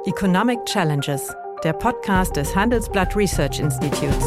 Economic Challenges, der Podcast des Handelsblatt Research Institutes.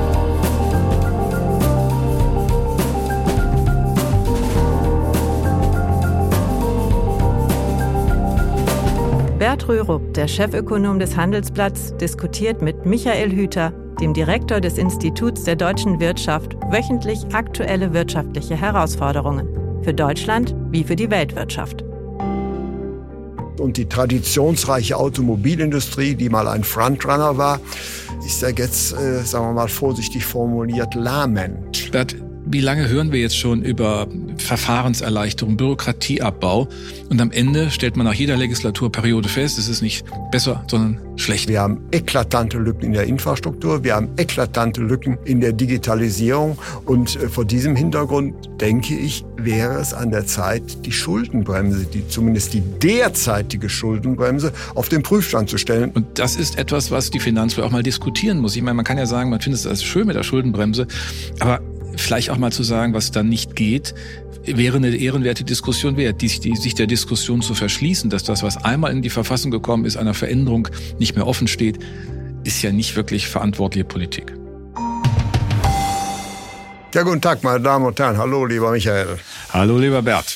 Bert Rürup, der Chefökonom des Handelsblatts, diskutiert mit Michael Hüter, dem Direktor des Instituts der deutschen Wirtschaft, wöchentlich aktuelle wirtschaftliche Herausforderungen. Für Deutschland wie für die Weltwirtschaft. Und die traditionsreiche Automobilindustrie, die mal ein Frontrunner war, ist ja jetzt, sagen wir mal vorsichtig formuliert, lahmend. Bert, wie lange hören wir jetzt schon über Verfahrenserleichterung, Bürokratieabbau? Und am Ende stellt man nach jeder Legislaturperiode fest, es ist nicht besser, sondern schlecht. Wir haben eklatante Lücken in der Infrastruktur, wir haben eklatante Lücken in der Digitalisierung. Und vor diesem Hintergrund, denke ich, wäre es an der Zeit, die Schuldenbremse, zumindest die derzeitige Schuldenbremse, auf den Prüfstand zu stellen. Und das ist etwas, was die Finanzwelt auch mal diskutieren muss. Ich meine, man kann ja sagen, man findet es als schön mit der Schuldenbremse, aber vielleicht auch mal zu sagen, was dann nicht geht, wäre eine ehrenwerte Diskussion wert, sich der Diskussion zu verschließen, dass das, was einmal in die Verfassung gekommen ist, einer Veränderung nicht mehr offen steht, ist ja nicht wirklich verantwortliche Politik. Ja, guten Tag, meine Damen und Herren. Hallo, lieber Michael. Hallo, lieber Bert.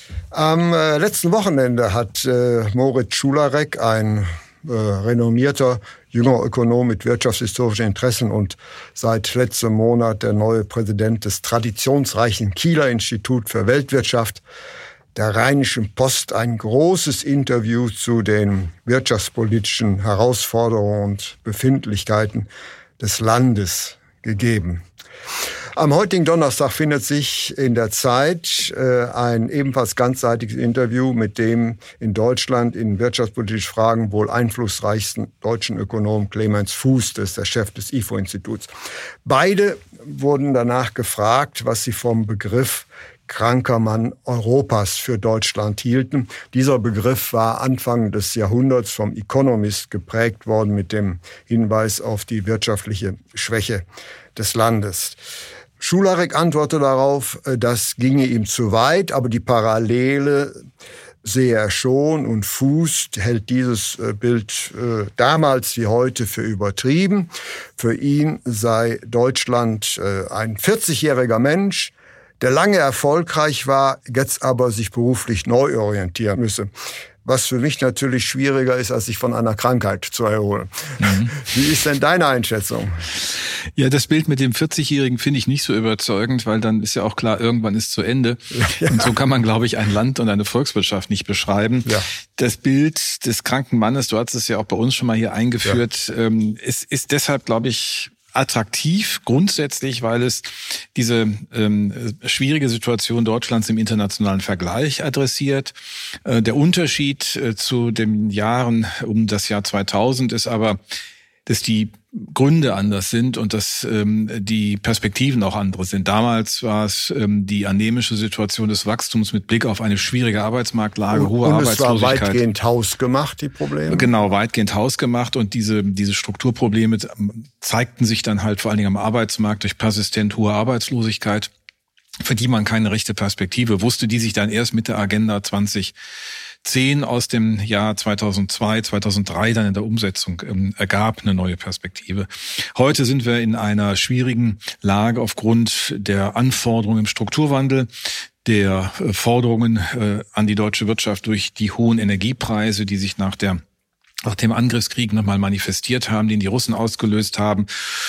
Am letzten Wochenende hat Moritz Schularek, ein renommierter junger Ökonom mit wirtschaftshistorischen Interessen und seit letztem Monat der neue Präsident des traditionsreichen Kieler Institut für Weltwirtschaft, der Rheinischen Post, ein großes Interview zu den wirtschaftspolitischen Herausforderungen und Befindlichkeiten des Landes gegeben. Am heutigen Donnerstag findet sich in der Zeit ein ebenfalls ganzseitiges Interview mit dem in Deutschland in wirtschaftspolitischen Fragen wohl einflussreichsten deutschen Ökonom Clemens Fuß, das ist der Chef des IFO-Instituts. Beide wurden danach gefragt, was sie vom Begriff kranker Mann Europas für Deutschland hielten. Dieser Begriff war Anfang des Jahrhunderts vom Economist geprägt worden mit dem Hinweis auf die wirtschaftliche Schwäche des Landes. Schularek antwortete darauf, das ginge ihm zu weit, aber die Parallele sehe er schon, und Fuß hält dieses Bild damals wie heute für übertrieben. Für ihn sei Deutschland ein 40-jähriger Mensch, der lange erfolgreich war, jetzt aber sich beruflich neu orientieren müsse. Was für mich natürlich schwieriger ist, als sich von einer Krankheit zu erholen. Mhm. Wie ist denn deine Einschätzung? Ja, das Bild mit dem 40-Jährigen finde ich nicht so überzeugend, weil dann ist ja auch klar, irgendwann ist zu Ende. Ja. Und so kann man, glaube ich, ein Land und eine Volkswirtschaft nicht beschreiben. Ja. Das Bild des kranken Mannes, du hast es ja auch bei uns schon mal hier eingeführt, es ist deshalb, glaube ich, attraktiv grundsätzlich, weil es diese schwierige Situation Deutschlands im internationalen Vergleich adressiert. Der Unterschied zu den Jahren um das Jahr 2000 ist aber, dass die Gründe anders sind und dass die Perspektiven auch andere sind. Damals war es die anemische Situation des Wachstums mit Blick auf eine schwierige Arbeitsmarktlage, hohe Arbeitslosigkeit. Und es war weitgehend hausgemacht, die Probleme? Genau, weitgehend hausgemacht, und diese Strukturprobleme zeigten sich dann halt vor allen Dingen am Arbeitsmarkt durch persistent hohe Arbeitslosigkeit, für die man keine rechte Perspektive wusste, die sich dann erst mit der Agenda 2010 aus dem Jahr 2002, 2003 dann in der Umsetzung ergab, eine neue Perspektive. Heute sind wir in einer schwierigen Lage aufgrund der Anforderungen im Strukturwandel, der Forderungen an die deutsche Wirtschaft durch die hohen Energiepreise, die sich nach dem Angriffskrieg nochmal manifestiert haben, den die Russen ausgelöst haben.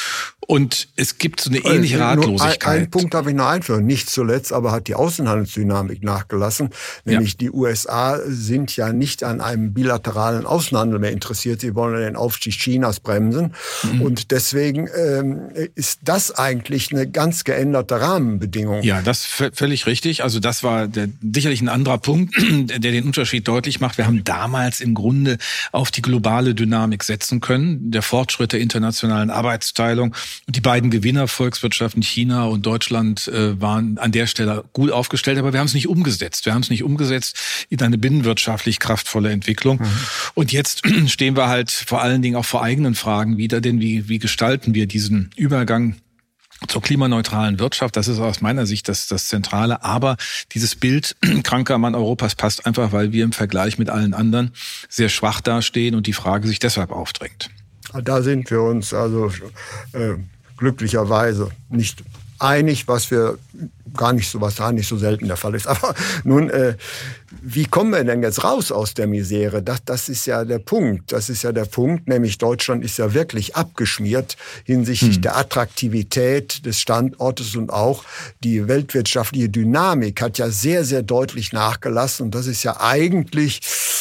Und es gibt so eine ähnliche Ratlosigkeit. Einen Punkt darf ich noch einführen. Nicht zuletzt aber hat die Außenhandelsdynamik nachgelassen. Nämlich die USA sind ja nicht an einem bilateralen Außenhandel mehr interessiert. Sie wollen den Aufstieg Chinas bremsen. Mhm. Und deswegen ist das eigentlich eine ganz geänderte Rahmenbedingung. Ja, das völlig richtig. Also das war sicherlich ein anderer Punkt, der den Unterschied deutlich macht. Wir haben damals im Grunde auf die globale Dynamik setzen können, der Fortschritt der internationalen Arbeitsteilung. Und die beiden Gewinnervolkswirtschaften China und Deutschland waren an der Stelle gut aufgestellt, aber wir haben es nicht umgesetzt. Wir haben es nicht umgesetzt in eine binnenwirtschaftlich kraftvolle Entwicklung. Mhm. Und jetzt stehen wir halt vor allen Dingen auch vor eigenen Fragen wieder, denn wie gestalten wir diesen Übergang zur klimaneutralen Wirtschaft. Das ist aus meiner Sicht das Zentrale. Aber dieses Bild kranker Mann Europas passt einfach, weil wir im Vergleich mit allen anderen sehr schwach dastehen und die Frage sich deshalb aufdrängt. Da sind wir uns also glücklicherweise nicht einig, was gar nicht so selten der Fall ist. Aber nun, wie kommen wir denn jetzt raus aus der Misere? Das ist ja der Punkt. Nämlich Deutschland ist ja wirklich abgeschmiert hinsichtlich der Attraktivität des Standortes und auch die weltwirtschaftliche Dynamik hat ja sehr, sehr deutlich nachgelassen. Und das ist ja eigentlich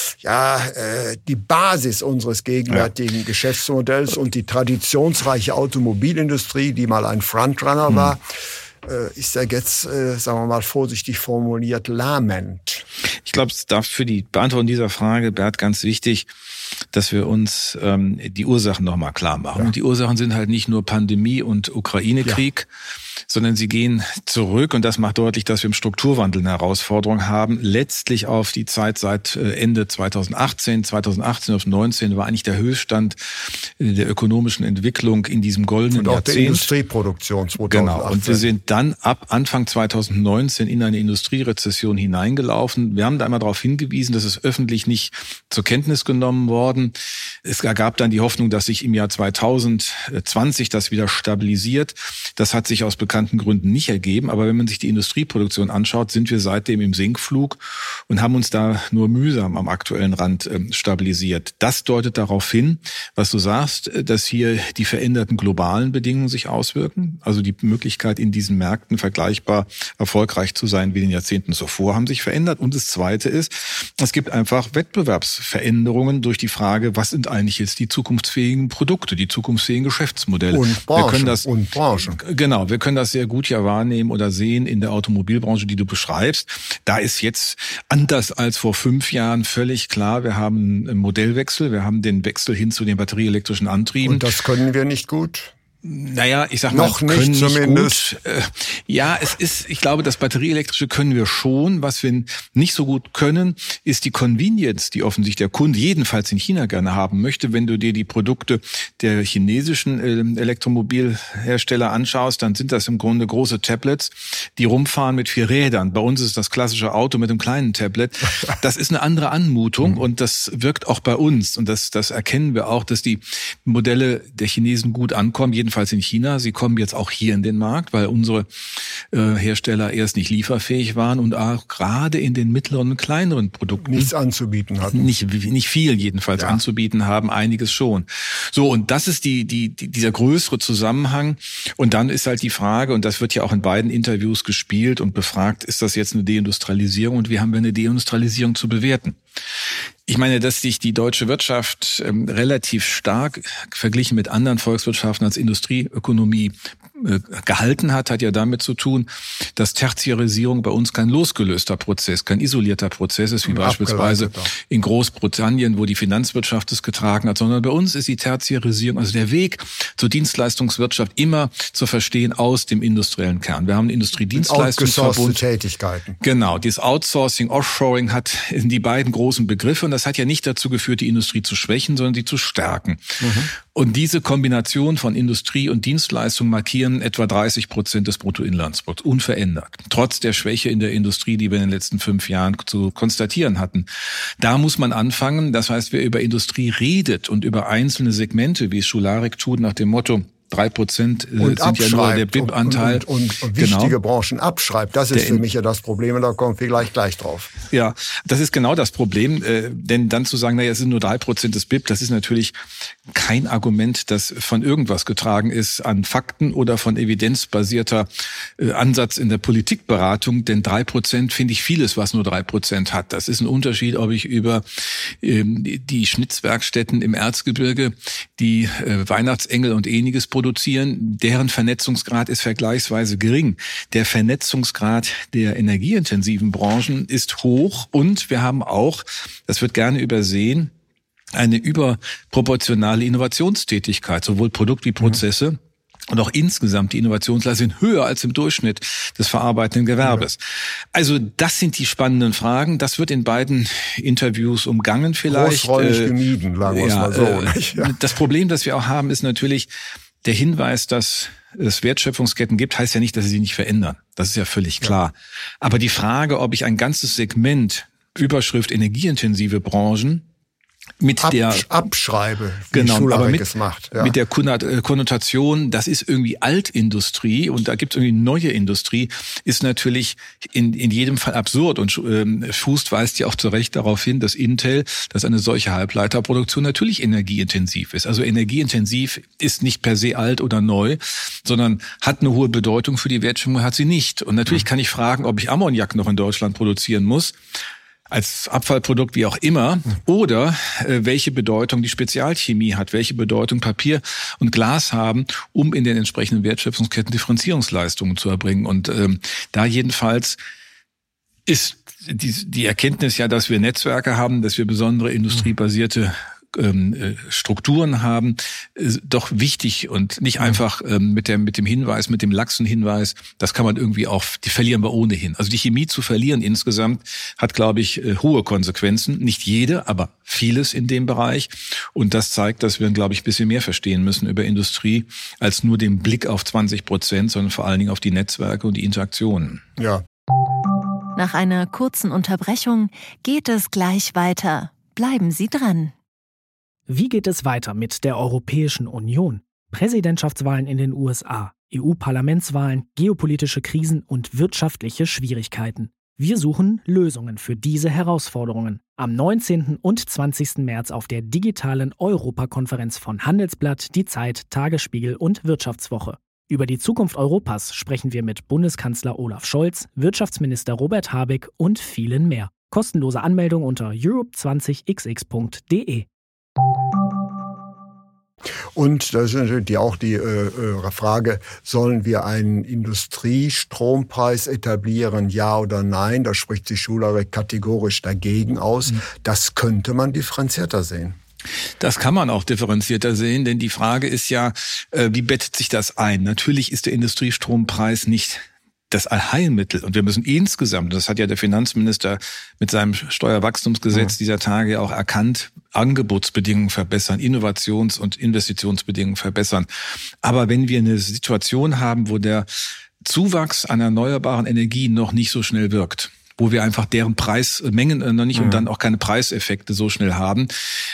die Basis unseres gegenwärtigen Geschäftsmodells und die traditionsreiche Automobilindustrie, die mal ein Frontrunner war, ist ja jetzt, sagen wir mal vorsichtig formuliert, lahmend. Ich glaube, es ist für die Beantwortung dieser Frage, Bert, ganz wichtig, dass wir uns die Ursachen nochmal klar machen. Ja. Und die Ursachen sind halt nicht nur Pandemie und Ukraine-Krieg, sondern sie gehen zurück, und das macht deutlich, dass wir im Strukturwandel eine Herausforderung haben, letztlich auf die Zeit seit Ende 2018 auf 2019 war eigentlich der Höchststand der ökonomischen Entwicklung in diesem goldenen Jahrzehnt. Und auch der Industrieproduktion 2018. Genau, und wir sind dann ab Anfang 2019 in eine Industrierezession hineingelaufen. Wir haben da einmal darauf hingewiesen, dass es öffentlich nicht zur Kenntnis genommen worden. Es ergab dann die Hoffnung, dass sich im Jahr 2020 das wieder stabilisiert. Das hat sich aus bekannten Gründen nicht ergeben. Aber wenn man sich die Industrieproduktion anschaut, sind wir seitdem im Sinkflug und haben uns da nur mühsam am aktuellen Rand stabilisiert. Das deutet darauf hin, was du sagst, dass hier die veränderten globalen Bedingungen sich auswirken. Also die Möglichkeit, in diesen Märkten vergleichbar erfolgreich zu sein wie in den Jahrzehnten zuvor, haben sich verändert. Und das Zweite ist, es gibt einfach Wettbewerbsveränderungen durch die Frage, was sind eigentlich jetzt die zukunftsfähigen Produkte, die zukunftsfähigen Geschäftsmodelle. Und Branchen. Genau, wir können das sehr gut ja wahrnehmen oder sehen in der Automobilbranche, die du beschreibst. Da ist jetzt anders als vor 5 Jahren völlig klar, wir haben einen Modellwechsel, wir haben den Wechsel hin zu den batterieelektrischen Antrieben. Und das können wir nicht gut? Naja, ich sag mal, noch nicht zumindest. Ich glaube, das batterieelektrische können wir schon. Was wir nicht so gut können, ist die Convenience, die offensichtlich der Kunde jedenfalls in China gerne haben möchte. Wenn du dir die Produkte der chinesischen Elektromobilhersteller anschaust, dann sind das im Grunde große Tablets, die rumfahren mit 4 Rädern. Bei uns ist das klassische Auto mit einem kleinen Tablet. Das ist eine andere Anmutung und das wirkt auch bei uns. Und das erkennen wir auch, dass die Modelle der Chinesen gut ankommen, jedenfalls in China. Sie kommen jetzt auch hier in den Markt, weil unsere Hersteller erst nicht lieferfähig waren und auch gerade in den mittleren und kleineren Produkten nichts anzubieten hatten. Nicht viel jedenfalls anzubieten haben, einiges schon. So, und das ist dieser größere Zusammenhang. Und dann ist halt die Frage, und das wird ja auch in beiden Interviews gespielt und befragt, ist das jetzt eine Deindustrialisierung und wie haben wir eine Deindustrialisierung zu bewerten? Ich meine, dass sich die deutsche Wirtschaft relativ stark verglichen mit anderen Volkswirtschaften als Industrieökonomie gehalten hat ja damit zu tun, dass Tertiarisierung bei uns kein losgelöster Prozess, kein isolierter Prozess ist, wie beispielsweise in Großbritannien, wo die Finanzwirtschaft es getragen hat, sondern bei uns ist die Tertiarisierung, also der Weg zur Dienstleistungswirtschaft, immer zu verstehen aus dem industriellen Kern. Wir haben einen Industriedienstleistungsverbund. Tätigkeiten. Genau, dieses Outsourcing, Offshoring hat die beiden großen Begriffe und das hat ja nicht dazu geführt, die Industrie zu schwächen, sondern sie zu stärken. Und diese Kombination von Industrie und Dienstleistung markieren etwa 30% des Bruttoinlandsprodukts, unverändert. Trotz der Schwäche in der Industrie, die wir in den letzten 5 Jahren zu konstatieren hatten. Da muss man anfangen. Das heißt, wer über Industrie redet und über einzelne Segmente, wie es Schularik tut, nach dem Motto 3% sind ja nur der BIP-Anteil. Und wichtige Branchen abschreibt. Das ist für mich ja das Problem, und da kommen wir gleich drauf. Ja, das ist genau das Problem. Denn dann zu sagen, naja, es sind nur 3% des BIP, das ist natürlich kein Argument, das von irgendwas getragen ist an Fakten oder von evidenzbasierter Ansatz in der Politikberatung. Denn 3% finde ich vieles, was nur 3% hat. Das ist ein Unterschied, ob ich über die Schnitzwerkstätten im Erzgebirge, die Weihnachtsengel und ähnliches produzieren, deren Vernetzungsgrad ist vergleichsweise gering. Der Vernetzungsgrad der energieintensiven Branchen ist hoch und wir haben auch, das wird gerne übersehen, eine überproportionale Innovationstätigkeit, sowohl Produkt wie Prozesse. Und auch insgesamt die Innovationsleistung sind höher als im Durchschnitt des verarbeitenden Gewerbes. Also das sind die spannenden Fragen. Das wird in beiden Interviews umgangen vielleicht. Großräumig gemieden, sagen wir es mal so. Das Problem, das wir auch haben, ist natürlich der Hinweis, dass es Wertschöpfungsketten gibt, heißt ja nicht, dass sie sich nicht verändern. Das ist ja völlig klar. Aber die Frage, ob ich ein ganzes Segment, Überschrift energieintensive Branchen, mit der abschreibe, wie Schularek es macht. Ja. Mit der Konnotation, das ist irgendwie Altindustrie und da gibt es irgendwie neue Industrie, ist natürlich in jedem Fall absurd und Fußt weist ja auch zu Recht darauf hin, dass Intel, dass eine solche Halbleiterproduktion natürlich energieintensiv ist. Also energieintensiv ist nicht per se alt oder neu, sondern hat eine hohe Bedeutung für die Wertschöpfung, hat sie nicht. Und natürlich kann ich fragen, ob ich Ammoniak noch in Deutschland produzieren muss, als Abfallprodukt, wie auch immer, oder welche Bedeutung die Spezialchemie hat, welche Bedeutung Papier und Glas haben, um in den entsprechenden Wertschöpfungsketten Differenzierungsleistungen zu erbringen. Und da jedenfalls ist die Erkenntnis ja, dass wir Netzwerke haben, dass wir besondere industriebasierte Strukturen haben, doch wichtig und nicht einfach mit dem Hinweis, mit dem laxen Hinweis, das kann man irgendwie auch, die verlieren wir ohnehin. Also die Chemie zu verlieren insgesamt hat, glaube ich, hohe Konsequenzen. Nicht jede, aber vieles in dem Bereich. Und das zeigt, dass wir, glaube ich, ein bisschen mehr verstehen müssen über Industrie als nur den Blick auf 20%, sondern vor allen Dingen auf die Netzwerke und die Interaktionen. Ja. Nach einer kurzen Unterbrechung geht es gleich weiter. Bleiben Sie dran. Wie geht es weiter mit der Europäischen Union? Präsidentschaftswahlen in den USA, EU-Parlamentswahlen, geopolitische Krisen und wirtschaftliche Schwierigkeiten. Wir suchen Lösungen für diese Herausforderungen. Am 19. und 20. März auf der digitalen Europakonferenz von Handelsblatt, Die Zeit, Tagesspiegel und Wirtschaftswoche. Über die Zukunft Europas sprechen wir mit Bundeskanzler Olaf Scholz, Wirtschaftsminister Robert Habeck und vielen mehr. Kostenlose Anmeldung unter europe20xx.de. Und das ist natürlich auch die Frage, sollen wir einen Industriestrompreis etablieren, ja oder nein? Da spricht sich Schularek kategorisch dagegen aus. Das könnte man differenzierter sehen. Das kann man auch differenzierter sehen, denn die Frage ist ja, wie bettet sich das ein? Natürlich ist der Industriestrompreis nicht das Allheilmittel. Und wir müssen insgesamt, das hat ja der Finanzminister mit seinem Steuerwachstumsgesetz dieser Tage auch erkannt, Angebotsbedingungen verbessern, Innovations- und Investitionsbedingungen verbessern. Aber wenn wir eine Situation haben, wo der Zuwachs an erneuerbaren Energien noch nicht so schnell wirkt, wo wir einfach deren Preismengen noch nicht und dann auch keine Preiseffekte so schnell haben,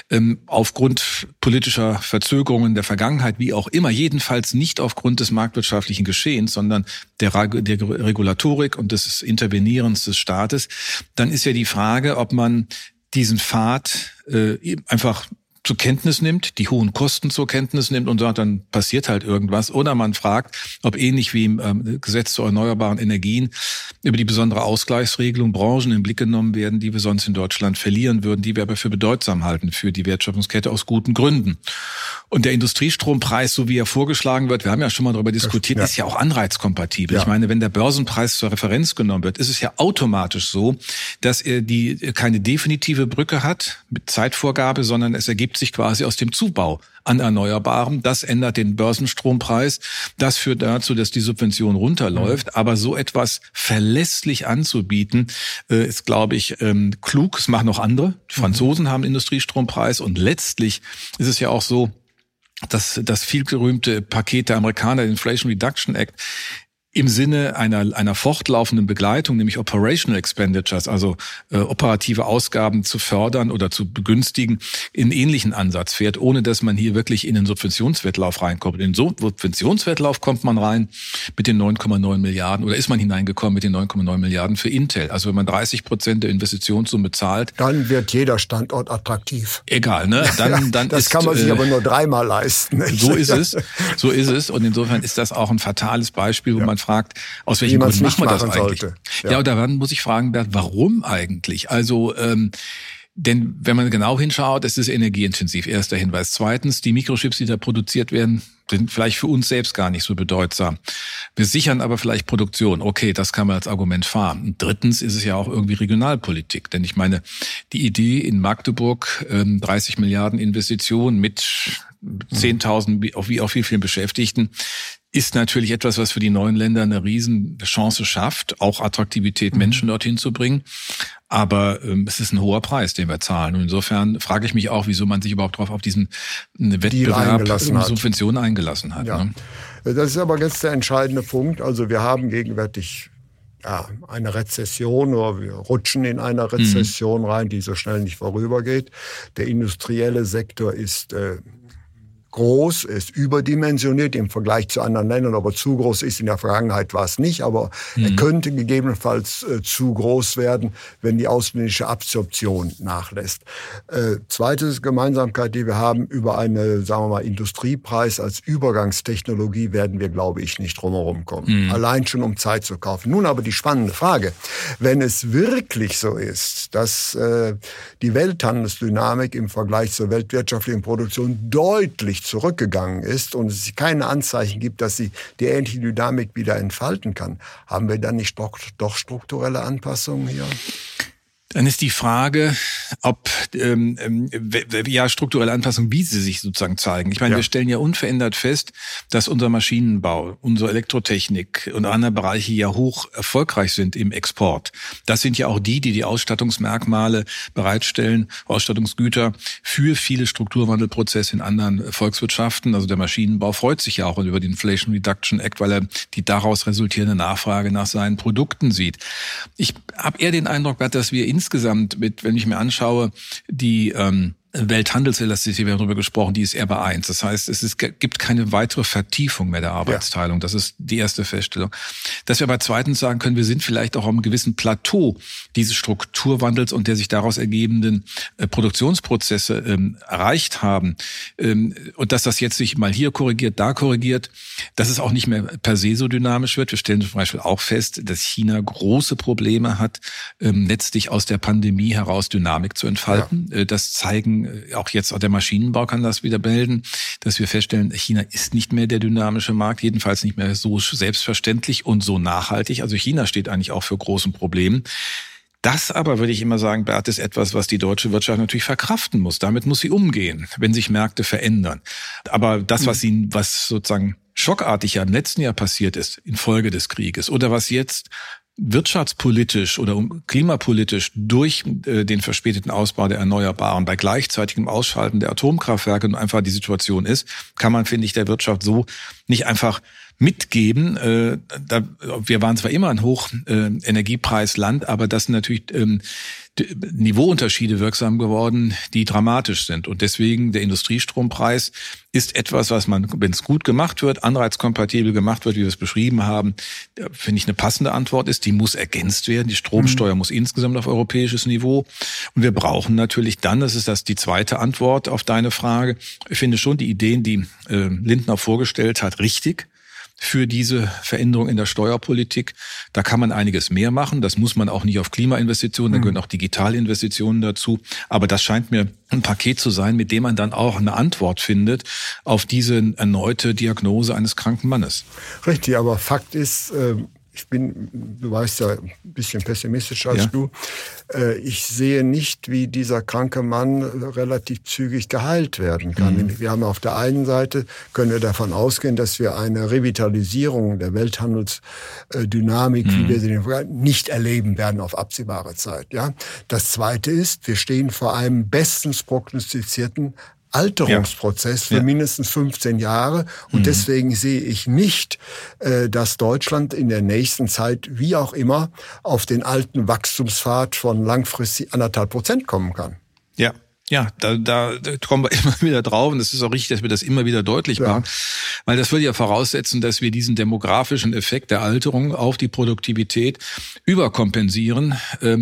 aufgrund politischer Verzögerungen der Vergangenheit, wie auch immer, jedenfalls nicht aufgrund des marktwirtschaftlichen Geschehens, sondern der Regulatorik und des Intervenierens des Staates, dann ist ja die Frage, ob man diesen Pfad einfach zur Kenntnis nimmt, die hohen Kosten zur Kenntnis nimmt und sagt, dann passiert halt irgendwas. Oder man fragt, ob ähnlich wie im Gesetz zu erneuerbaren Energien über die besondere Ausgleichsregelung Branchen in Blick genommen werden, die wir sonst in Deutschland verlieren würden, die wir aber für bedeutsam halten für die Wertschöpfungskette aus guten Gründen. Und der Industriestrompreis, so wie er vorgeschlagen wird, wir haben ja schon mal darüber diskutiert, ist ja auch anreizkompatibel. Ja. Ich meine, wenn der Börsenpreis zur Referenz genommen wird, ist es ja automatisch so, dass er keine definitive Brücke hat mit Zeitvorgabe, sondern es ergibt sich quasi aus dem Zubau an Erneuerbaren. Das ändert den Börsenstrompreis. Das führt dazu, dass die Subvention runterläuft. Aber so etwas verlässlich anzubieten, ist, glaube ich, klug. Es machen auch andere. Die Franzosen haben einen Industriestrompreis. Und letztlich ist es ja auch so, dass das vielgerühmte Paket der Amerikaner, den Inflation Reduction Act, im Sinne einer fortlaufenden Begleitung, nämlich Operational Expenditures, also operative Ausgaben zu fördern oder zu begünstigen, in ähnlichen Ansatz fährt, ohne dass man hier wirklich in den Subventionswettlauf reinkommt. In den Subventionswettlauf kommt man rein mit den 9,9 Milliarden oder ist man hineingekommen mit den 9,9 Milliarden für Intel. Also wenn man 30% der Investitionssumme zahlt, dann wird jeder Standort attraktiv. Egal, ne? Dann das kann man sich aber nur dreimal leisten. Nicht? So ist es. Und insofern ist das auch ein fatales Beispiel, wo man fragt, aus welchen Gründen machen wir das eigentlich? Ja, und dann muss ich fragen, warum eigentlich? Also, denn wenn man genau hinschaut, es ist energieintensiv. Erster Hinweis. Zweitens, die Mikrochips, die da produziert werden, sind vielleicht für uns selbst gar nicht so bedeutsam. Wir sichern aber vielleicht Produktion. Okay, das kann man als Argument fahren. Und drittens ist es ja auch irgendwie Regionalpolitik. Denn ich meine, die Idee in Magdeburg, 30 Milliarden Investitionen mit 10.000, auf wie vielen Beschäftigten, ist natürlich etwas, was für die neuen Länder eine Riesenchance schafft, auch Attraktivität Menschen dorthin zu bringen. Aber es ist ein hoher Preis, den wir zahlen. Und insofern frage ich mich auch, wieso man sich überhaupt auf diesen Wettbewerb Subventionen eingelassen hat. Ja. Ne? Das ist aber jetzt der entscheidende Punkt. Also wir haben gegenwärtig eine Rezession, oder wir rutschen in eine Rezession rein, die so schnell nicht vorübergeht. Der industrielle Sektor ist groß, ist überdimensioniert im Vergleich zu anderen Ländern, aber zu groß ist. In der Vergangenheit war es nicht, aber er könnte gegebenenfalls zu groß werden, wenn die ausländische Absorption nachlässt. Zweite Gemeinsamkeit, die wir haben, über eine, sagen wir mal, Industriepreis als Übergangstechnologie werden wir, glaube ich, nicht drumherum kommen. Allein schon, um Zeit zu kaufen. Nun aber die spannende Frage, wenn es wirklich so ist, dass die Welthandelsdynamik im Vergleich zur weltwirtschaftlichen Produktion deutlich zurückgegangen ist und es keine Anzeichen gibt, dass sie die ähnliche Dynamik wieder entfalten kann, haben wir dann nicht doch strukturelle Anpassungen hier? Dann ist die Frage, ob strukturelle Anpassungen, wie sie sich sozusagen zeigen. Ich meine, wir stellen ja unverändert fest, dass unser Maschinenbau, unsere Elektrotechnik und andere Bereiche ja hoch erfolgreich sind im Export. Das sind ja auch die Ausstattungsmerkmale bereitstellen, Ausstattungsgüter für viele Strukturwandelprozesse in anderen Volkswirtschaften. Also der Maschinenbau freut sich ja auch über den Inflation Reduction Act, weil er die daraus resultierende Nachfrage nach seinen Produkten sieht. Ich habe eher den Eindruck, dass wir insgesamt wenn ich mir anschaue, die Welthandelselasticität, wir haben darüber gesprochen, die ist eher bei 1. Das heißt, gibt keine weitere Vertiefung mehr der Arbeitsteilung. Das ist die erste Feststellung. Dass wir aber zweitens sagen können, wir sind vielleicht auch auf einem gewissen Plateau dieses Strukturwandels und der sich daraus ergebenden Produktionsprozesse erreicht haben. Und dass das jetzt sich mal hier korrigiert, da korrigiert, dass es auch nicht mehr per se so dynamisch wird. Wir stellen zum Beispiel auch fest, dass China große Probleme hat, letztlich aus der Pandemie heraus Dynamik zu entfalten. Ja. Das zeigen auch jetzt, auch der Maschinenbau kann das wieder melden, dass wir feststellen, China ist nicht mehr der dynamische Markt, jedenfalls nicht mehr so selbstverständlich und so nachhaltig. Also China steht eigentlich auch für großen Problemen. Das aber, würde ich immer sagen, Bert, ist etwas, was die deutsche Wirtschaft natürlich verkraften muss. Damit muss sie umgehen, wenn sich Märkte verändern. Aber das, was sozusagen schockartig ja im letzten Jahr passiert ist, infolge des Krieges, oder was jetzt wirtschaftspolitisch oder klimapolitisch durch den verspäteten Ausbau der Erneuerbaren bei gleichzeitigem Ausschalten der Atomkraftwerke und einfach die Situation ist, kann man, finde ich, der Wirtschaft so nicht einfach mitgeben. Wir waren zwar immer ein Hochenergiepreisland, aber das sind natürlich Niveauunterschiede wirksam geworden, die dramatisch sind. Und deswegen der Industriestrompreis ist etwas, was man, wenn es gut gemacht wird, anreizkompatibel gemacht wird, wie wir es beschrieben haben, finde ich eine passende Antwort ist, die muss ergänzt werden. Die Stromsteuer muss insgesamt auf europäisches Niveau. Und wir brauchen natürlich dann, das ist die zweite Antwort auf deine Frage, ich finde schon die Ideen, die Lindner vorgestellt hat, richtig für diese Veränderung in der Steuerpolitik. Da kann man einiges mehr machen. Das muss man auch nicht auf Klimainvestitionen, da gehören auch Digitalinvestitionen dazu. Aber das scheint mir ein Paket zu sein, mit dem man dann auch eine Antwort findet auf diese erneute Diagnose eines kranken Mannes. Richtig, aber Fakt ist, du weißt ja ein bisschen pessimistischer als du. Ich sehe nicht, wie dieser kranke Mann relativ zügig geheilt werden kann. Wir haben auf der einen Seite, können wir davon ausgehen, dass wir eine Revitalisierung der Welthandelsdynamik, wie wir sie nicht erleben werden auf absehbare Zeit. Ja? Das Zweite ist, wir stehen vor einem bestens prognostizierten Alterungsprozess für mindestens 15 Jahre. Und deswegen sehe ich nicht, dass Deutschland in der nächsten Zeit, wie auch immer, auf den alten Wachstumspfad von langfristig 1,5% kommen kann. Ja, da kommen wir immer wieder drauf und es ist auch richtig, dass wir das immer wieder deutlich machen, weil das würde ja voraussetzen, dass wir diesen demografischen Effekt der Alterung auf die Produktivität überkompensieren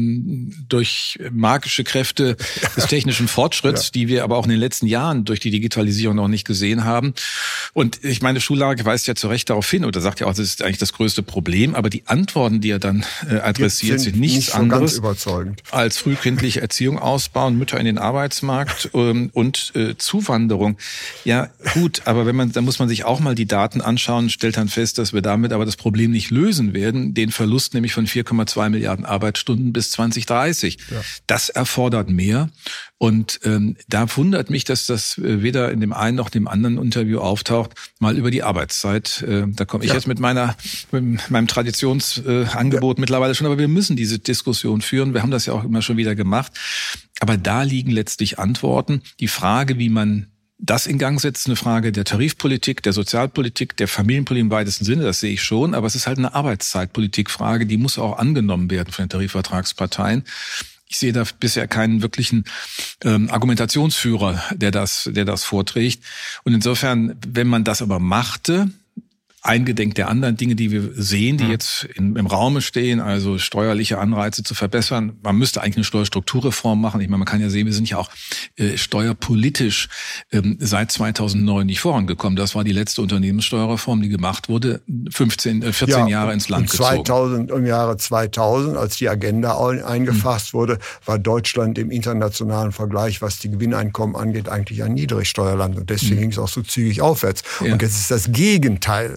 durch magische Kräfte des technischen Fortschritts, die wir aber auch in den letzten Jahren durch die Digitalisierung noch nicht gesehen haben. Und ich meine, Schullage weist ja zu Recht darauf hin oder sagt ja auch, das ist eigentlich das größte Problem, aber die Antworten, die er dann adressiert, sind nichts anderes als frühkindliche Erziehung ausbauen, Mütter in den Arbeitsmarkt und Zuwanderung. Ja, gut, aber dann muss man sich auch mal die Daten anschauen, stellt dann fest, dass wir damit aber das Problem nicht lösen werden, den Verlust nämlich von 4,2 Milliarden Arbeitsstunden bis 2030. Ja. Das erfordert mehr. Und da wundert mich, dass das weder in dem einen noch dem anderen Interview auftaucht, aufgetaucht, mal über die Arbeitszeit. Da komme ich jetzt mit meinem Traditionsangebot mittlerweile schon, aber wir müssen diese Diskussion führen. Wir haben das ja auch immer schon wieder gemacht. Aber da liegen letztlich Antworten. Die Frage, wie man das in Gang setzt, eine Frage der Tarifpolitik, der Sozialpolitik, der Familienpolitik im weitesten Sinne, das sehe ich schon, aber es ist halt eine Arbeitszeitpolitikfrage, die muss auch angenommen werden von den Tarifvertragsparteien. Ich sehe da bisher keinen wirklichen Argumentationsführer, der das vorträgt. Und insofern, wenn man das aber machte, eingedenk der anderen Dinge, die wir sehen, die jetzt im Raume stehen, also steuerliche Anreize zu verbessern. Man müsste eigentlich eine Steuerstrukturreform machen. Ich meine, man kann ja sehen, wir sind ja auch steuerpolitisch seit 2009 nicht vorangekommen. Das war die letzte Unternehmenssteuerreform, die gemacht wurde, 14 Jahre ins Land gezogen. Im Jahre 2000, als die Agenda eingefasst wurde, war Deutschland im internationalen Vergleich, was die Gewinneinkommen angeht, eigentlich ein Niedrigsteuerland. Und deswegen ging es auch so zügig aufwärts. Ja. Und jetzt ist das Gegenteil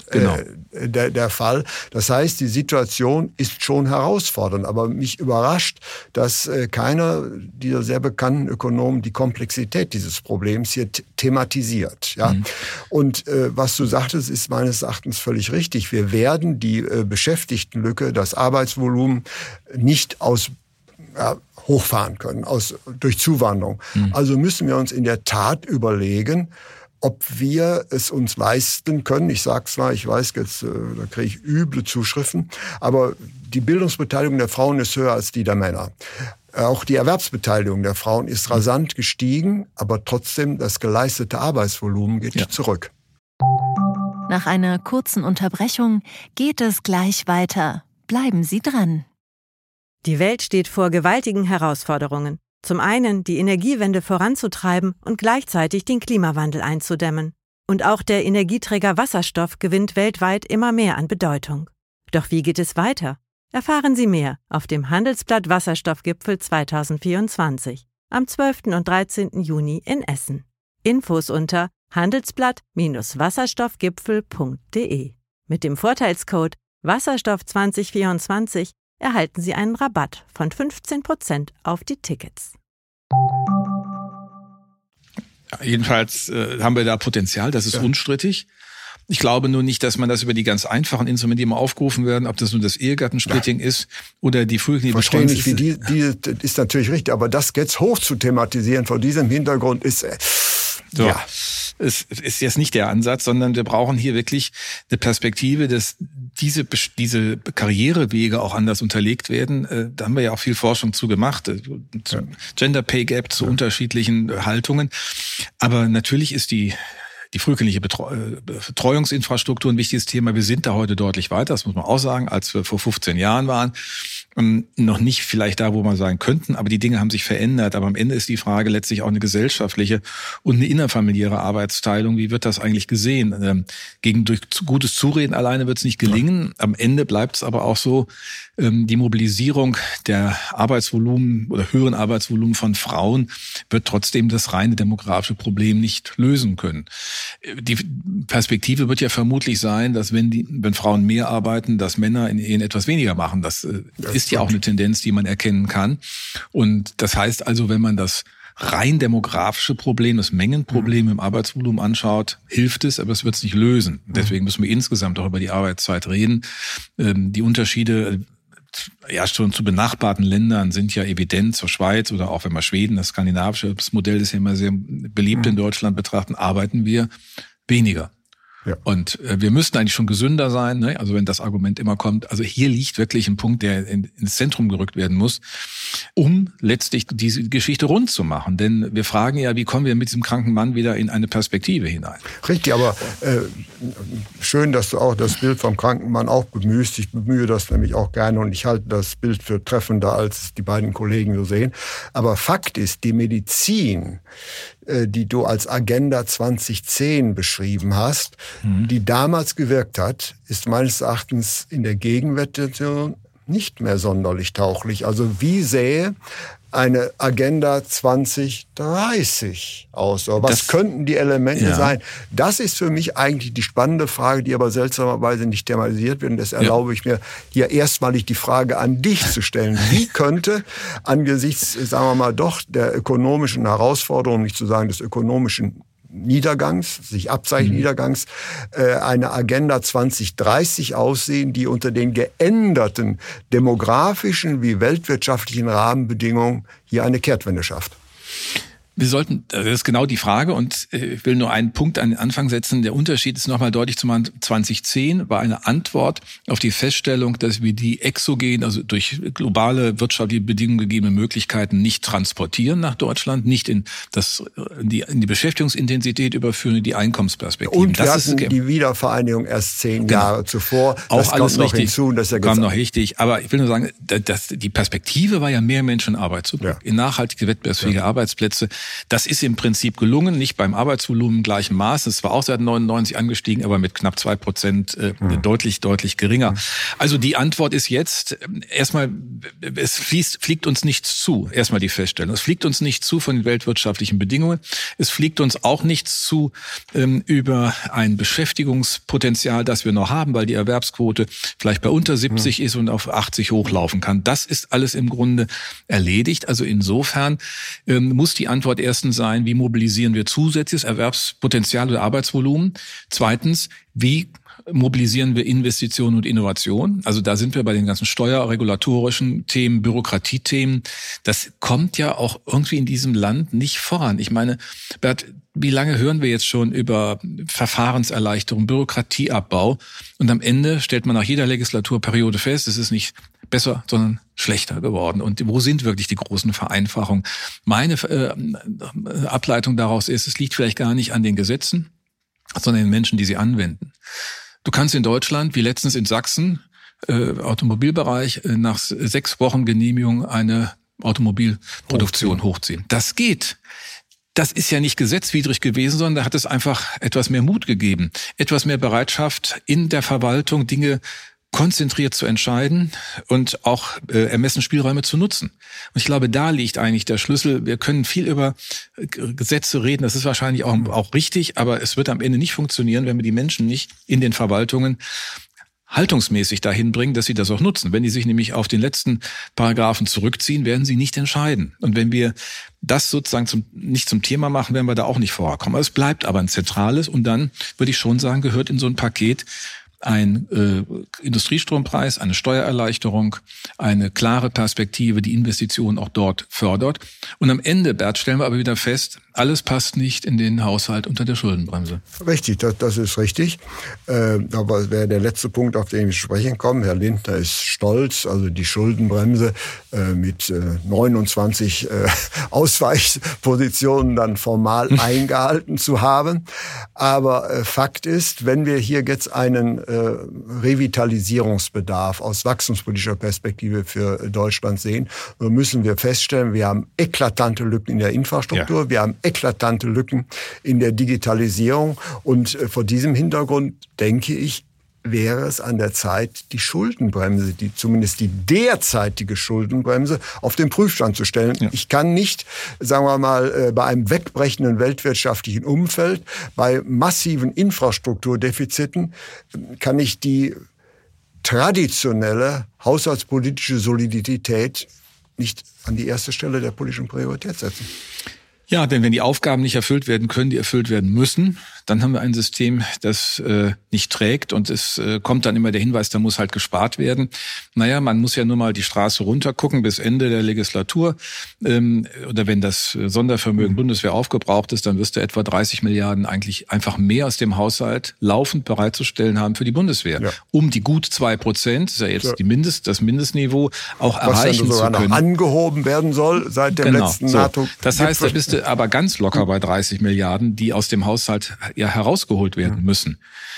der Fall. Das heißt, die Situation ist schon herausfordernd. Aber mich überrascht, dass keiner dieser sehr bekannten Ökonomen die Komplexität dieses Problems hier thematisiert. Ja? Und was du sagtest, ist meines Erachtens völlig richtig. Wir werden die Beschäftigtenlücke, das Arbeitsvolumen nicht hochfahren können durch Zuwanderung. Also müssen wir uns in der Tat überlegen, ob wir es uns leisten können. Ich sage zwar, ich weiß jetzt, da kriege ich üble Zuschriften, aber die Bildungsbeteiligung der Frauen ist höher als die der Männer. Auch die Erwerbsbeteiligung der Frauen ist rasant gestiegen, aber trotzdem das geleistete Arbeitsvolumen geht nicht zurück. Nach einer kurzen Unterbrechung geht es gleich weiter. Bleiben Sie dran. Die Welt steht vor gewaltigen Herausforderungen. Zum einen die Energiewende voranzutreiben und gleichzeitig den Klimawandel einzudämmen. Und auch der Energieträger Wasserstoff gewinnt weltweit immer mehr an Bedeutung. Doch wie geht es weiter? Erfahren Sie mehr auf dem Handelsblatt Wasserstoffgipfel 2024 am 12. und 13. Juni in Essen. Infos unter handelsblatt-wasserstoffgipfel.de. Mit dem Vorteilscode Wasserstoff 2024 erhalten Sie einen Rabatt von 15% auf die Tickets. Jedenfalls haben wir da Potenzial, das ist unstrittig. Ich glaube nur nicht, dass man das über die ganz einfachen Instrumente, die immer aufgerufen werden, ob das nun das Ehegattensplitting ist oder die frühkindliche Betreuung. Verstehe nicht, wie die ist natürlich richtig, aber das jetzt hoch zu thematisieren vor diesem Hintergrund ist Es ist jetzt nicht der Ansatz, sondern wir brauchen hier wirklich eine Perspektive, dass diese Karrierewege auch anders unterlegt werden. Da haben wir ja auch viel Forschung zu gemacht, zu Gender Pay Gap, zu unterschiedlichen Haltungen. Aber natürlich ist die frühkindliche Betreuungsinfrastruktur ein wichtiges Thema. Wir sind da heute deutlich weiter, das muss man auch sagen, als wir vor 15 Jahren waren. Noch nicht vielleicht da, wo man sein könnten, aber die Dinge haben sich verändert. Aber am Ende ist die Frage letztlich auch eine gesellschaftliche und eine innerfamiliäre Arbeitsteilung. Wie wird das eigentlich gesehen? Durch gutes Zureden alleine wird es nicht gelingen. Am Ende bleibt es aber auch so, die Mobilisierung der Arbeitsvolumen oder höheren Arbeitsvolumen von Frauen wird trotzdem das reine demografische Problem nicht lösen können. Die Perspektive wird ja vermutlich sein, dass wenn Frauen mehr arbeiten, dass Männer in Ehen etwas weniger machen. Das ist ja auch eine Tendenz, die man erkennen kann. Und das heißt also, wenn man das rein demografische Problem, das Mengenproblem im Arbeitsvolumen anschaut, hilft es, aber es wird es nicht lösen. Deswegen müssen wir insgesamt auch über die Arbeitszeit reden. Die Unterschiede schon zu benachbarten Ländern sind ja evident, zur Schweiz oder auch wenn wir Schweden, das skandinavische Modell ist ja immer sehr beliebt in Deutschland betrachten, arbeiten wir weniger. Ja. Und wir müssten eigentlich schon gesünder sein, ne? Also wenn das Argument immer kommt. Also hier liegt wirklich ein Punkt, der ins Zentrum gerückt werden muss, um letztlich diese Geschichte rund zu machen. Denn wir fragen ja, wie kommen wir mit diesem kranken Mann wieder in eine Perspektive hinein? Richtig, aber schön, dass du auch das Bild vom kranken Mann auch bemühst. Ich bemühe das nämlich auch gerne und ich halte das Bild für treffender, als die beiden Kollegen so sehen. Aber Fakt ist, die Medizin, die du als Agenda 2010 beschrieben hast, die damals gewirkt hat, ist meines Erachtens in der Gegenwart nicht mehr sonderlich tauchlich. Also wie sähe eine Agenda 2030 aus? Oder was könnten die Elemente sein? Das ist für mich eigentlich die spannende Frage, die aber seltsamerweise nicht thematisiert wird. Und das erlaube ich mir, hier erstmalig die Frage an dich zu stellen. Wie könnte angesichts, sagen wir mal, doch der ökonomischen Herausforderung, nicht zu sagen des ökonomischen sich abzeichnen Niedergangs, eine Agenda 2030 aussehen, die unter den geänderten demografischen wie weltwirtschaftlichen Rahmenbedingungen hier eine Kehrtwende schafft? Wir sollten, das ist genau die Frage und ich will nur einen Punkt an den Anfang setzen. Der Unterschied ist nochmal deutlich zu machen. 2010 war eine Antwort auf die Feststellung, dass wir die exogen, also durch globale wirtschaftliche Bedingungen gegebene Möglichkeiten nicht transportieren nach Deutschland, nicht in die Beschäftigungsintensität überführen, in die Einkommensperspektiven. Und wir hatten die Wiedervereinigung erst 10 Jahre zuvor. Das auch alles kommt noch richtig, hinzu. Das kam noch richtig. Aber ich will nur sagen, dass die Perspektive war ja, mehr Menschen in Arbeit zu bringen, in nachhaltige, wettbewerbsfähige Arbeitsplätze. Das ist im Prinzip gelungen, nicht beim Arbeitsvolumen im gleichen Maß. Es war auch seit 99 angestiegen, aber mit knapp 2% deutlich geringer. Also die Antwort ist jetzt erstmal, es fliegt uns nichts zu. Erstmal die Feststellung. Es fliegt uns nicht zu von den weltwirtschaftlichen Bedingungen. Es fliegt uns auch nichts zu über ein Beschäftigungspotenzial, das wir noch haben, weil die Erwerbsquote vielleicht bei unter 70 ist und auf 80 hochlaufen kann. Das ist alles im Grunde erledigt. Also insofern muss die Antwort erstens sein, wie mobilisieren wir zusätzliches Erwerbspotenzial oder Arbeitsvolumen? Zweitens, wie mobilisieren wir Investitionen und Innovation? Also da sind wir bei den ganzen steuerregulatorischen Themen, Bürokratiethemen. Das kommt ja auch irgendwie in diesem Land nicht voran. Ich meine, Bert, wie lange hören wir jetzt schon über Verfahrenserleichterung, Bürokratieabbau? Und am Ende stellt man nach jeder Legislaturperiode fest, es ist nicht besser, sondern schlechter geworden. Und wo sind wirklich die großen Vereinfachungen? Meine Ableitung daraus ist, es liegt vielleicht gar nicht an den Gesetzen, sondern den Menschen, die sie anwenden. Du kannst in Deutschland, wie letztens in Sachsen, Automobilbereich, nach 6 Wochen Genehmigung eine Automobilproduktion hochziehen. Das geht. Das ist ja nicht gesetzwidrig gewesen, sondern da hat es einfach etwas mehr Mut gegeben, etwas mehr Bereitschaft in der Verwaltung, Dinge konzentriert zu entscheiden und auch Ermessensspielräume zu nutzen. Und ich glaube, da liegt eigentlich der Schlüssel. Wir können viel über Gesetze reden, das ist wahrscheinlich auch richtig, aber es wird am Ende nicht funktionieren, wenn wir die Menschen nicht in den Verwaltungen haltungsmäßig dahin bringen, dass sie das auch nutzen. Wenn die sich nämlich auf den letzten Paragraphen zurückziehen, werden sie nicht entscheiden. Und wenn wir das sozusagen nicht zum Thema machen, werden wir da auch nicht vorkommen. Es bleibt aber ein zentrales und dann, würde ich schon sagen, gehört in so ein Paket ein Industriestrompreis, eine Steuererleichterung, eine klare Perspektive, die Investitionen auch dort fördert. Und am Ende, Bert, stellen wir aber wieder fest, alles passt nicht in den Haushalt unter der Schuldenbremse. Richtig, das ist richtig. Aber wäre der letzte Punkt, auf den wir sprechen kommen. Herr Lindner ist stolz, also die Schuldenbremse mit 29 Ausweichpositionen dann formal eingehalten zu haben. Aber Fakt ist, wenn wir hier jetzt einen Revitalisierungsbedarf aus wachstumspolitischer Perspektive für Deutschland sehen, müssen wir feststellen, wir haben eklatante Lücken in der Infrastruktur, wir haben eklatante Lücken in der Digitalisierung und vor diesem Hintergrund denke ich, wäre es an der Zeit, die Schuldenbremse, zumindest die derzeitige Schuldenbremse, auf den Prüfstand zu stellen. Ja. Ich kann nicht, sagen wir mal, bei einem wegbrechenden weltwirtschaftlichen Umfeld, bei massiven Infrastrukturdefiziten, kann ich die traditionelle haushaltspolitische Solidität nicht an die erste Stelle der politischen Priorität setzen. Ja, denn wenn die Aufgaben nicht erfüllt werden können, die erfüllt werden müssen, dann haben wir ein System, das nicht trägt und es kommt dann immer der Hinweis, da muss halt gespart werden. Naja, man muss ja nur mal die Straße runtergucken bis Ende der Legislatur oder wenn das Sondervermögen Bundeswehr aufgebraucht ist, dann wirst du etwa 30 Milliarden eigentlich einfach mehr aus dem Haushalt laufend bereitzustellen haben für die Bundeswehr, um die gut 2%, das ist ja jetzt das Mindestniveau, auch erreichen zu können. Was noch angehoben werden soll seit dem letzten NATO. Das heißt, da bist du aber ganz locker bei 30 Milliarden, die aus dem Haushalt herausgeholt werden müssen.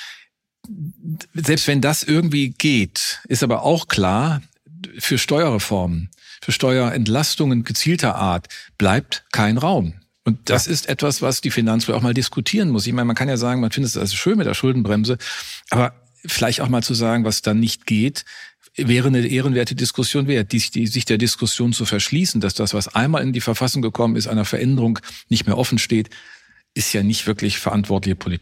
Selbst wenn das irgendwie geht, ist aber auch klar, für Steuerreformen, für Steuerentlastungen gezielter Art bleibt kein Raum. Und das ist etwas, was die Finanzwelt auch mal diskutieren muss. Ich meine, man kann ja sagen, man findet es also schön mit der Schuldenbremse, aber vielleicht auch mal zu sagen, was dann nicht geht, wäre eine ehrenwerte Diskussion wert, sich der Diskussion zu verschließen, dass das, was einmal in die Verfassung gekommen ist, einer Veränderung nicht mehr offen steht, ist ja nicht wirklich verantwortliche Politik.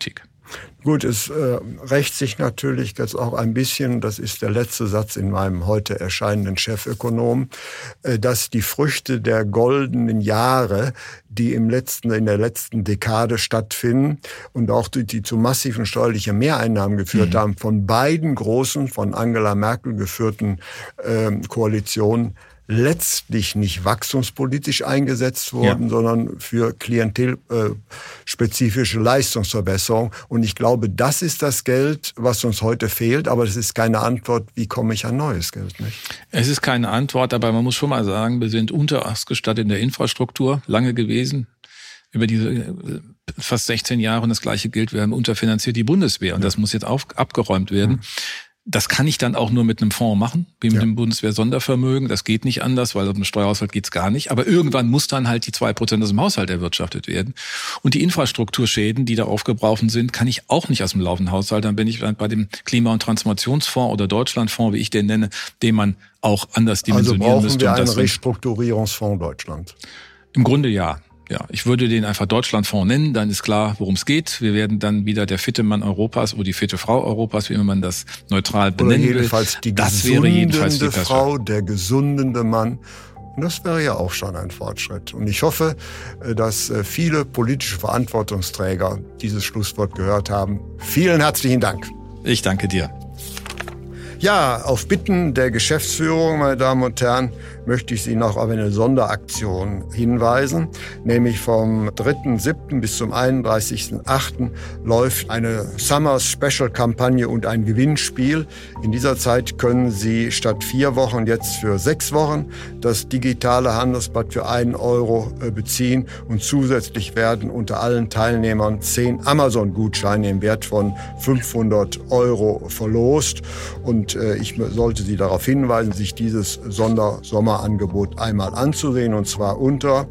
Gut, es rächt sich natürlich jetzt auch ein bisschen, das ist der letzte Satz in meinem heute erscheinenden Chefökonom, dass die Früchte der goldenen Jahre, die in der letzten Dekade stattfinden und auch die zu massiven steuerlichen Mehreinnahmen geführt haben, von beiden großen, von Angela Merkel geführten Koalitionen, letztlich nicht wachstumspolitisch eingesetzt wurden, sondern für klientelspezifische Leistungsverbesserung. Und ich glaube, das ist das Geld, was uns heute fehlt. Aber das ist keine Antwort, wie komme ich an neues Geld, nicht? Es ist keine Antwort, aber man muss schon mal sagen, wir sind unterausgestattet in der Infrastruktur, lange gewesen. Über diese fast 16 Jahre, und das Gleiche gilt, wir haben unterfinanziert die Bundeswehr. Und das muss jetzt abgeräumt werden. Das kann ich dann auch nur mit einem Fonds machen, wie mit dem Bundeswehr-Sondervermögen. Das geht nicht anders, weil auf dem Steuerhaushalt geht's gar nicht. Aber irgendwann muss dann halt die 2% aus dem Haushalt erwirtschaftet werden. Und die Infrastrukturschäden, die da aufgebrochen sind, kann ich auch nicht aus dem laufenden Haushalt. Dann bin ich bei dem Klima- und Transformationsfonds oder Deutschlandfonds, wie ich den nenne, den man auch anders dimensionieren müsste. Also brauchen wir einen Restrukturierungsfonds Deutschland? Im Grunde ja. Ja, ich würde den einfach Deutschlandfonds nennen, dann ist klar, worum es geht. Wir werden dann wieder der fitte Mann Europas oder die fitte Frau Europas, wie immer man das neutral benennen will. Das wäre jedenfalls die Frau, der gesundende Mann. Und das wäre ja auch schon ein Fortschritt. Und ich hoffe, dass viele politische Verantwortungsträger dieses Schlusswort gehört haben. Vielen herzlichen Dank. Ich danke dir. Ja, auf Bitten der Geschäftsführung, meine Damen und Herren, möchte ich Sie noch auf eine Sonderaktion hinweisen. Nämlich vom 3.7. bis zum 31.8. läuft eine Summer Special Kampagne und ein Gewinnspiel. In dieser Zeit können Sie statt 4 Wochen jetzt für 6 Wochen das digitale Handelsblatt für 1 Euro beziehen. Und zusätzlich werden unter allen Teilnehmern 10 Amazon-Gutscheine im Wert von 500 Euro verlost. Und ich sollte Sie darauf hinweisen, sich dieses Sommerangebot einmal anzusehen, und zwar unter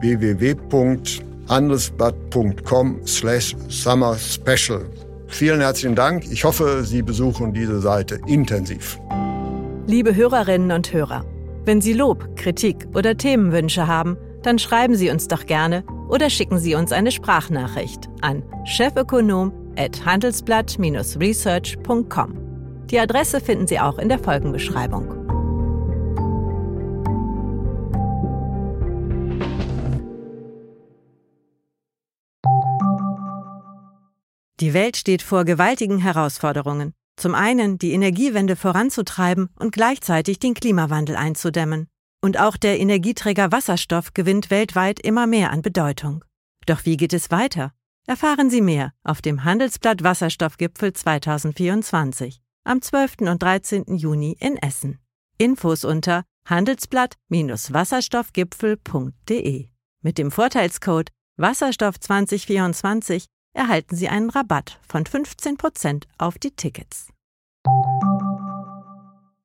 www.handelsblatt.com/summerspecial. Vielen herzlichen Dank. Ich hoffe, Sie besuchen diese Seite intensiv. Liebe Hörerinnen und Hörer, wenn Sie Lob, Kritik oder Themenwünsche haben, dann schreiben Sie uns doch gerne oder schicken Sie uns eine Sprachnachricht an chefökonom@handelsblatt-research.com. Die Adresse finden Sie auch in der Folgenbeschreibung. Die Welt steht vor gewaltigen Herausforderungen. Zum einen die Energiewende voranzutreiben und gleichzeitig den Klimawandel einzudämmen. Und auch der Energieträger Wasserstoff gewinnt weltweit immer mehr an Bedeutung. Doch wie geht es weiter? Erfahren Sie mehr auf dem Handelsblatt Wasserstoffgipfel 2024 am 12. und 13. Juni in Essen. Infos unter handelsblatt-wasserstoffgipfel.de. Mit dem Vorteilscode Wasserstoff2024 erhalten Sie einen Rabatt von 15% auf die Tickets.